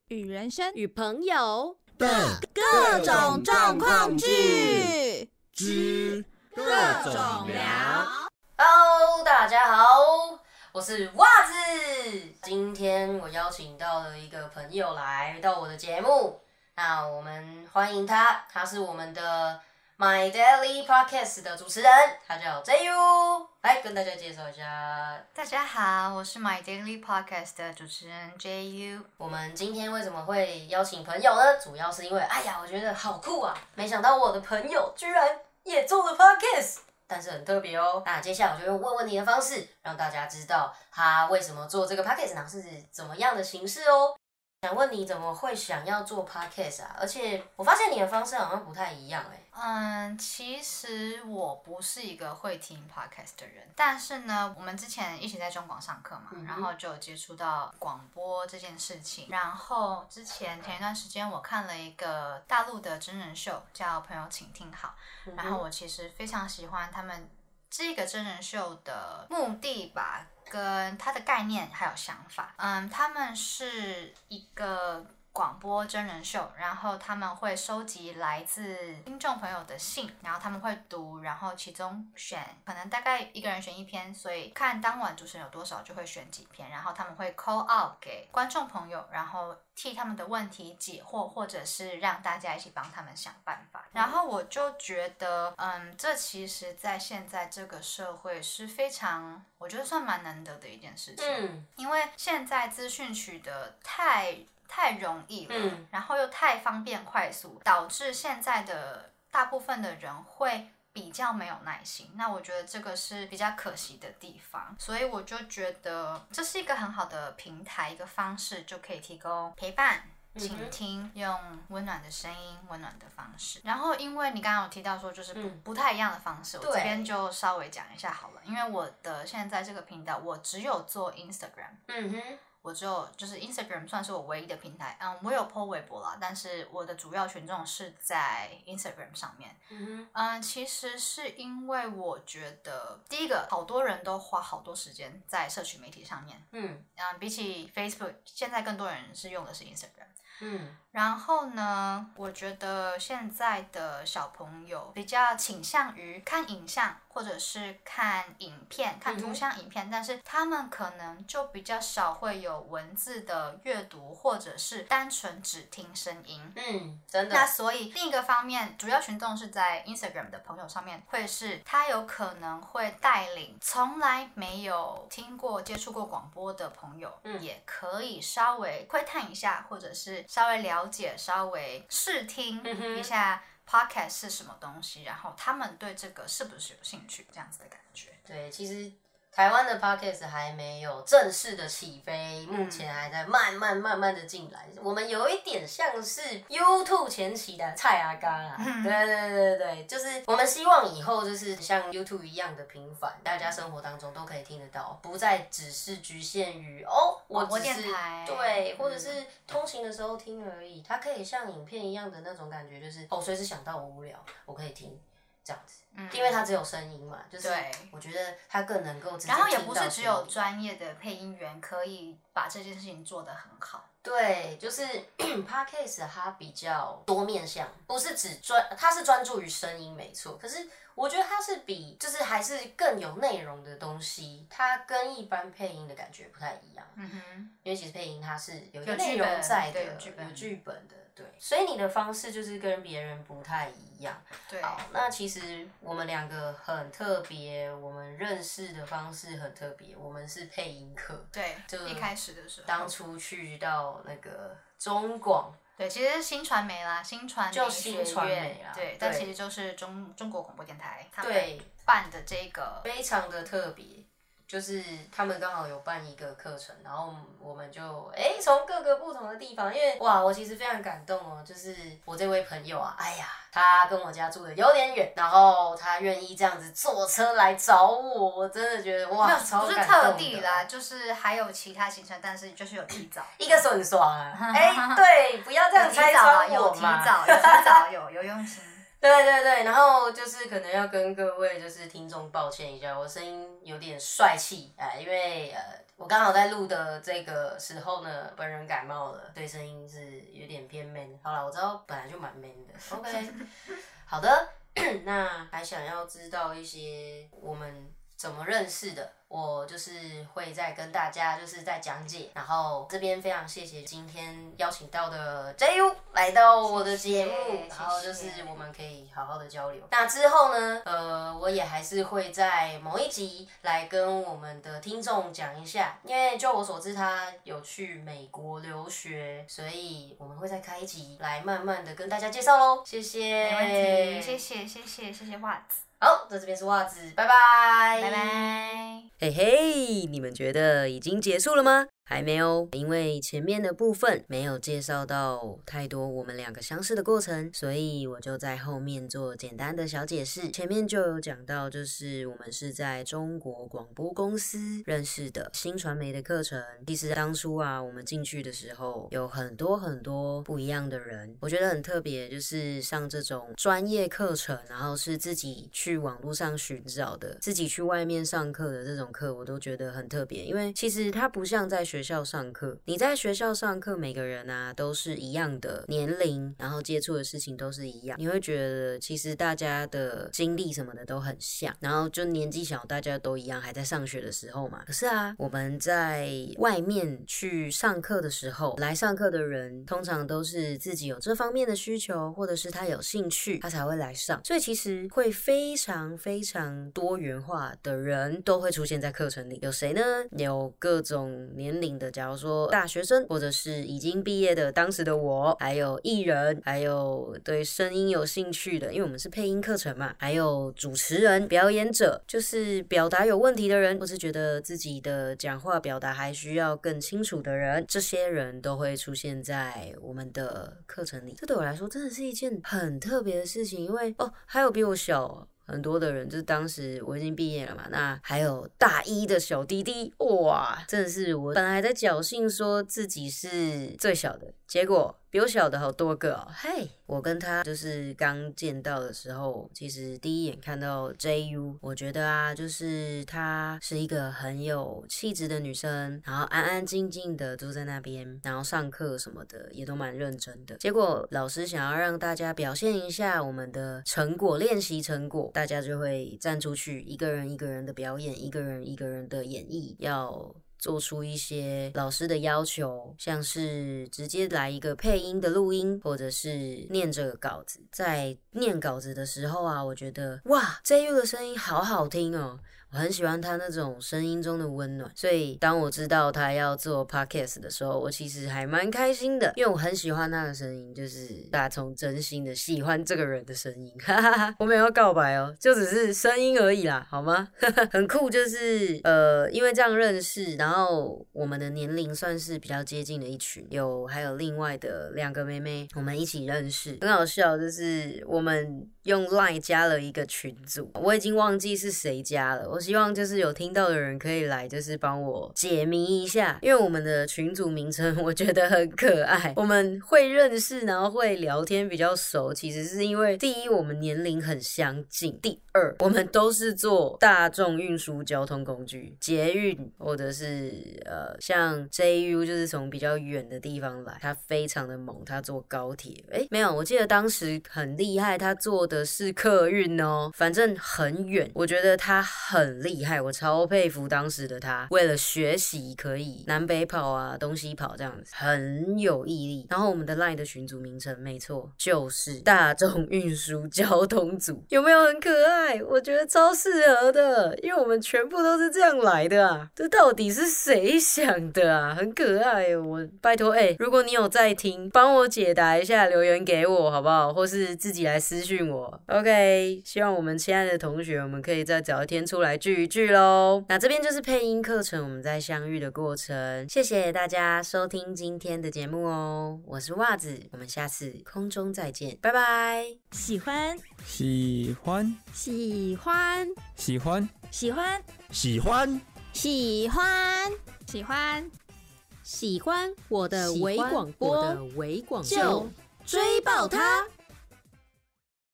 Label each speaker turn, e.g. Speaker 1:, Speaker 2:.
Speaker 1: 与人生、
Speaker 2: 与朋友
Speaker 3: 的
Speaker 1: 各种状况剧
Speaker 3: 之各种聊。
Speaker 4: Hello， 大家好，我是袜子。今天我邀请到了一个朋友来到我的节目，那我们欢迎他，他是我们的 My Daily Podcast 的主持人，他叫 JU， 来跟大家介绍一下。
Speaker 5: 大家好，我是 My Daily Podcast 的主持人 JU。
Speaker 4: 我们今天为什么会邀请朋友呢？主要是因为，我觉得好酷啊！没想到我的朋友居然也做了 Podcast。但是很特别哦。那接下来我就用问问题的方式，让大家知道他为什么做这个 podcast， 然后是怎么样的形式哦。想问你怎么会想要做 podcast 啊？而且我发现你的方式好像不太一样
Speaker 5: 其实我不是一个会听 podcast 的人，但是呢，我们之前一起在中广上课嘛，然后就有接触到广播这件事情。然后前一段时间我看了一个大陆的真人秀，叫《朋友请听好》，然后我其实非常喜欢他们这个真人秀的目的吧，跟它的概念还有想法。他们是一个广播真人秀，然后他们会收集来自听众朋友的信，然后他们会读，然后其中选可能大概一个人选一篇，所以看当晚主持人有多少就会选几篇，然后他们会 call out 给观众朋友，然后替他们的问题解惑，或者是让大家一起帮他们想办法。然后我就觉得这其实在现在这个社会是非常，我觉得算蛮难得的一件事情。因为现在资讯取得太容易了，然后又太方便快速，导致现在的大部分的人会比较没有耐心。那我觉得这个是比较可惜的地方，所以我就觉得这是一个很好的平台，一个方式就可以提供陪伴、倾听，用温暖的声音、温暖的方式。然后因为你刚刚有提到说就是不太一样的方式，我这边就稍微讲一下好了。因为我的现在这个频道我只有做 Instagram，我只有就是 Instagram 算是我唯一的平台。我有 po 微博啦，但是我的主要群众是在 Instagram 上面。其实是因为我觉得第一个，好多人都花好多时间在社群媒体上面。比起 Facebook， 现在更多人是用的是 Instagram。然后呢，我觉得现在的小朋友比较倾向于看影像或者是看影片、看图像影片，但是他们可能就比较少会有文字的阅读，或者是单纯只听声音。
Speaker 4: 真的。
Speaker 5: 那所以另一个方面，主要群众是在 Instagram 的朋友上面，会是他有可能会带领从来没有听过、接触过广播的朋友，也可以稍微窥探一下，或者是稍微了解、稍微试听一下 podcast 是什么东西，然后他们对这个是不是有兴趣，这样子的感觉。
Speaker 4: 对，其实台湾的 podcast 还没有正式的起飞，目前还在慢慢的进来。我们有一点像是 YouTube 前期的蔡阿嘎啦，对，就是我们希望以后就是像 YouTube 一样的频繁，大家生活当中都可以听得到，不再只是局限于我只是
Speaker 5: 电台
Speaker 4: 对，或者是通勤的时候听而已。它可以像影片一样的那种感觉，就是随时想到我无聊，我可以听。这样子，因为它只有声音嘛，就是我觉得它更能够直接听到声音。
Speaker 5: 然后也不是只有专业的配音员可以把这件事情做得很好。
Speaker 4: 对，就是 Podcast 它比较多面向，不是它是专注于声音没错，可是我觉得它是比就是还是更有内容的东西，它跟一般配音的感觉不太一样。因为其实配音它是有内容在的，有剧本的。对，所以你的方式就是跟别人不太一样。
Speaker 5: 对，
Speaker 4: 好，那其实我们两个很特别，我们认识的方式很特别，我们是配音课。
Speaker 5: 对，
Speaker 4: 就
Speaker 5: 一开始的时候，
Speaker 4: 当初去到那个中广。
Speaker 5: 对，其实是新传媒啦，新传
Speaker 4: 媒啦，
Speaker 5: 对，但其实就是中国广播电台他们
Speaker 4: 对
Speaker 5: 办的这个，
Speaker 4: 非常的特别。就是他们刚好有办一个课程，然后我们就从各个不同的地方，因为我其实非常感动哦，就是我这位朋友啊，他跟我家住的有点远，然后他愿意这样子坐车来找我，我真的觉得超感动的。
Speaker 5: 不是特地啦，就是还有其他行程，但是就是有提早，
Speaker 4: 一个顺爽啊，对，不要这样拆穿我嘛，
Speaker 5: 有提早，有用心。
Speaker 4: 对，然后就是可能要跟各位就是听众抱歉一下，我声音有点帅气因为我刚好在录的这个时候呢，本人感冒了，对声音是有点偏 man。好啦，我知道本来就蛮 man 的。OK， 好的，那还想要知道一些我们怎么认识的，我就是会再跟大家就是再讲解。然后这边非常谢谢今天邀请到的 JU 来到我的节目，
Speaker 5: 谢谢
Speaker 4: 然后就是我们可以好好的交流。那之后呢，我也还是会在某一集来跟我们的听众讲一下，因为就我所知他有去美国留学，所以我们会再开一集来慢慢的跟大家介绍咯。谢谢，
Speaker 5: 没问题，谢谢袜子。
Speaker 4: 好，在这边是袜子，拜拜，
Speaker 5: 拜拜。
Speaker 2: 嘿嘿，你们觉得已经结束了吗？还没有，因为前面的部分没有介绍到太多我们两个相识的过程，所以我就在后面做简单的小解释。前面就有讲到，就是我们是在中国广播公司认识的新传媒的课程。其实当初啊，我们进去的时候有很多不一样的人，我觉得很特别，就是上这种专业课程，然后是自己去网络上寻找的，自己去外面上课的这种课，我都觉得很特别。因为其实它不像在学校上课，你在学校上课，每个人啊都是一样的年龄，然后接触的事情都是一样，你会觉得其实大家的经历什么的都很像，然后就年纪小，大家都一样，还在上学的时候嘛。可是啊，我们在外面去上课的时候，来上课的人通常都是自己有这方面的需求，或者是他有兴趣，他才会来上，所以其实会非常多元化的人都会出现在课程里。有谁呢？有各种年龄的，假如说大学生，或者是已经毕业的当时的我，还有艺人，还有对声音有兴趣的，因为我们是配音课程嘛，还有主持人、表演者，就是表达有问题的人，或是觉得自己的讲话表达还需要更清楚的人，这些人都会出现在我们的课程里。这对我来说真的是一件很特别的事情，因为还有比我小很多的人，就是当时我已经毕业了嘛，那还有大一的小弟弟，哇，真的是我本来还在侥幸说自己是最小的，结果比我小的好多个哦。嘿，我跟他就是刚见到的时候，其实第一眼看到 JU， 我觉得啊，就是她是一个很有气质的女生，然后安安静静的坐在那边，然后上课什么的也都蛮认真的。结果老师想要让大家表现一下我们的成果，练习成果，大家就会站出去，一个人一个人的表演，一个人一个人的演绎，要做出一些老师的要求，像是直接来一个配音的录音，或者是念这个稿子。在念稿子的时候啊，我觉得哇 JU 的声音好好听哦，我很喜欢他那种声音中的温暖，所以当我知道他要做 podcast 的时候，我其实还蛮开心的，因为我很喜欢他的声音，就是打从真心的喜欢这个人的声音，哈哈哈，我没有要告白哦，就只是声音而已啦，好吗？很酷，就是因为这样认识，然后我们的年龄算是比较接近的一群，还有另外的2个妹妹，我们一起认识，很好笑，就是我们用 LINE 加了一个群组，我已经忘记是谁加了，我希望就是有听到的人可以来，就是帮我解谜一下，因为我们的群组名称我觉得很可爱。我们会认识，然后会聊天比较熟，其实是因为第一我们年龄很相近，第二我们都是坐大众运输交通工具，捷运或者是像 JU 就是从比较远的地方来，他非常的猛，他坐高铁，没有，我记得当时很厉害，他坐的是客运哦，反正很远，我觉得他很厉害，我超佩服当时的他，为了学习可以南北跑啊，东西跑这样子，很有毅力。然后我们的 LINE 的群组名称没错，就是大众运输交通组，有没有很可爱？我觉得超适合的，因为我们全部都是这样来的啊，这到底是谁想的啊？很可爱，我拜托如果你有在听，帮我解答一下，留言给我好不好？或是自己来私讯我。 OK， 希望我们亲爱的同学，我们可以再找一天出来聚一聚咯。那这边就是配音课程我们在相遇的过程，谢谢大家收听今天的节目哦，我是袜子，我们下次空中再见，拜拜。
Speaker 1: 喜欢
Speaker 3: 喜欢
Speaker 1: 喜欢
Speaker 3: 喜欢
Speaker 1: 喜欢
Speaker 3: 喜欢
Speaker 1: 喜欢
Speaker 6: 喜欢
Speaker 1: 喜欢我的微广播，就追爆它。